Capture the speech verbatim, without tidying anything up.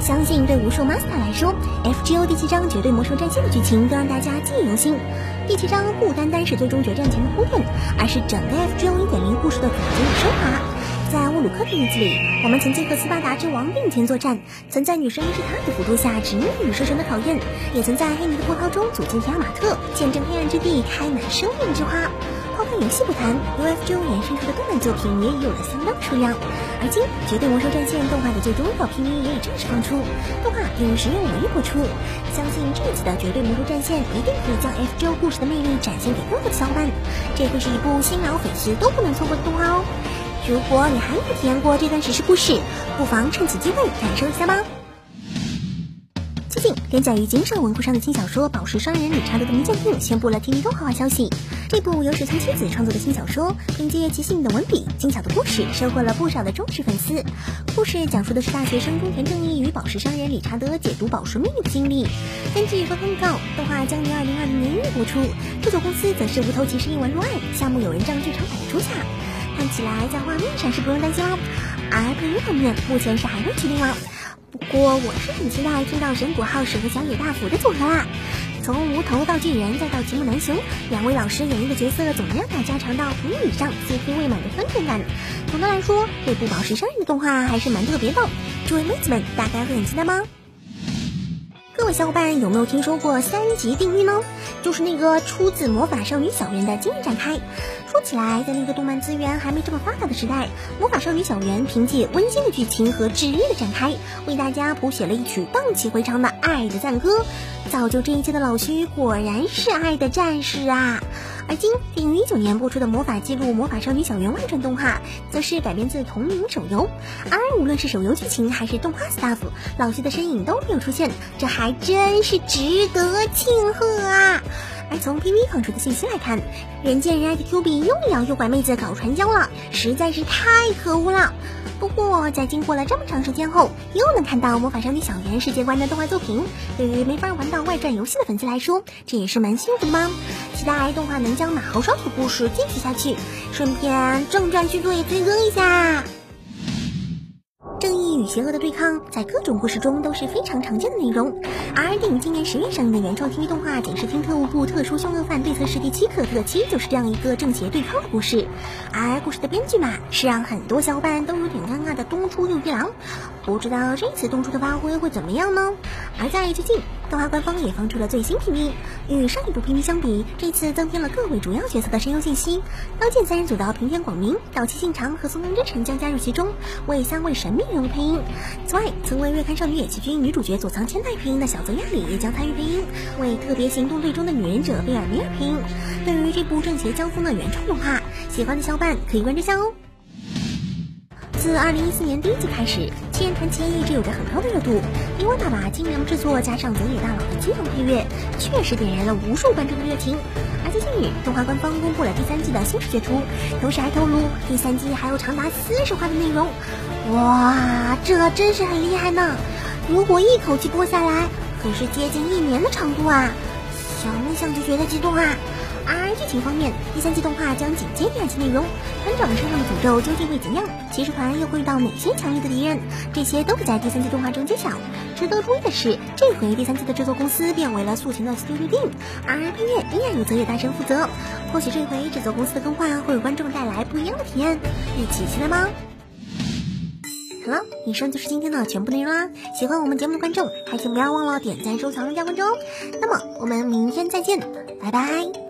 相信对无数 Master 来说 ，F G O 第七章绝对魔兽战线的剧情都让大家记忆犹新。第七章不单单是最终决战前的铺垫，而是整个 F G O 一点零 故事的总结与升华。在乌鲁克的日记里，我们曾经和斯巴达之王并肩作战，曾在女神伊什塔的辅助下直面与蛇神的考验，也曾在黑泥的波涛中组建提亚马特，见证黑暗之地开满生命之花。抛开游戏不谈，由 F G O 衍生出的动漫作品也已有了相当数量。而今，绝对魔兽战线动画的最终预告 P V 也已正式放出，动画并于十月五日播出。相信这一次的绝对魔兽战线一定可以将 F G O 故事的魅力展现给更多的小伙伴，这会是一部新老粉丝都不能错过的动画哦。如果你还没有体验过这段史诗故事，不妨趁此机会感受一下吧。最近，连载于金少文库上的轻小说《宝石商人理查德的名鉴定》宣布了 T V 动画化消息。这部由水村七子创作的新小说，凭借其细腻的文笔、精巧的故事，收获了不少的忠实粉丝。故事讲述的是大学生中田正义与宝石商人理查德解读宝石秘密的经历。根据官方预告，动画将于二零二零年一月播出。制作公司则是无头骑士一丸入爱项目有人帐剧场版的出价。看起来在画面上是不用担心哦，而配音方面目前是还未确定哦。不过我是很期待听到神谷浩史和小野大辅的组合啦。从无头到巨人再到齐木楠雄，两位老师演绎的角色总能让大家尝到评以上 C P 未满的分辨感。总的来说，这部宝石商人的动画还是蛮特别的，诸位妹子们大概会很期待吗？各位小伙伴有没有听说过三级定律呢？就是那个出自魔法少女小圆的惊人展开。说起来，在那个动漫资源还没这么发达的时代，魔法少女小圆凭借温馨的剧情和治愈的展开，为大家谱写了一曲荡气回肠的爱的赞歌。造就这一切的老徐果然是爱的战士啊！而今定于一九年播出的《魔法记录魔法少女小圆外传》动画，则是改编自同名手游。而无论是手游剧情还是动画 staff， 老徐的身影都没有出现，这还真是值得庆贺啊！而从 P V 放出的信息来看，人见人爱的 Q B 又要诱拐妹子搞传销了，实在是太可恶了。不过在经过了这么长时间后，又能看到魔法少女小圆世界观的动画作品，对于没法玩到外传游戏的粉丝来说，这也是蛮幸福的吗？期待动画能将马猴少女的故事继续下去，顺便正传剧作也催更一下。正义与邪恶的对抗在各种故事中都是非常常见的内容，而电影今年十月上映的原创 T V 动画《警视厅特务部特殊凶恶犯对策室第七课特七》就是这样一个正邪对抗的故事。而故事的编剧嘛，是让很多小伙伴都有点尴尬的东出右一郎，不知道这次东出的发挥会怎么样呢？而在最近，动画官方也放出了最新 P V， 与上一部 P V 相比，这次增添了各位主要角色的声优信息。刀剑三人组的平田广明、岛崎信长和松冈真澄将加入其中，为三位神秘人物配音。此外，曾为月刊少女野崎君女主角佐仓千代配音的小泽亚里也将参与配音，为特别行动队中的女忍者贝尔梅尔配音。对于这部正邪交锋的原创动画，喜欢的小伙伴可以关注下哦。自二零一四年第一季开始，七人传奇一直有着很高的热度，因为它把精良制作加上泽野大佬的激动配乐，确实点燃了无数观众的热情。而在近日，动画官方公布了第三季的新视觉图，同时还透露第三季还有长达四十话的内容。哇，这真是很厉害呢！如果一口气播下来，可是接近一年的长度啊！想一想就觉得激动啊！而剧情方面，第三季动画将紧接第二季内容，团长身上的诅咒究竟会怎样？骑士团又会遇到哪些强烈的敌人？这些都会在第三季动画中揭晓。值得注意的是，这回第三季的制作公司变为了速前的 Studio D， 而配乐依然由泽野大神负责。或许这回制作公司的更换会为观众带来不一样的体验，一起期待吗？好了，以上就是今天的全部内容啦。喜欢我们节目的观众，还请不要忘了点赞、收藏、加关注哦。那么我们明天再见，拜拜。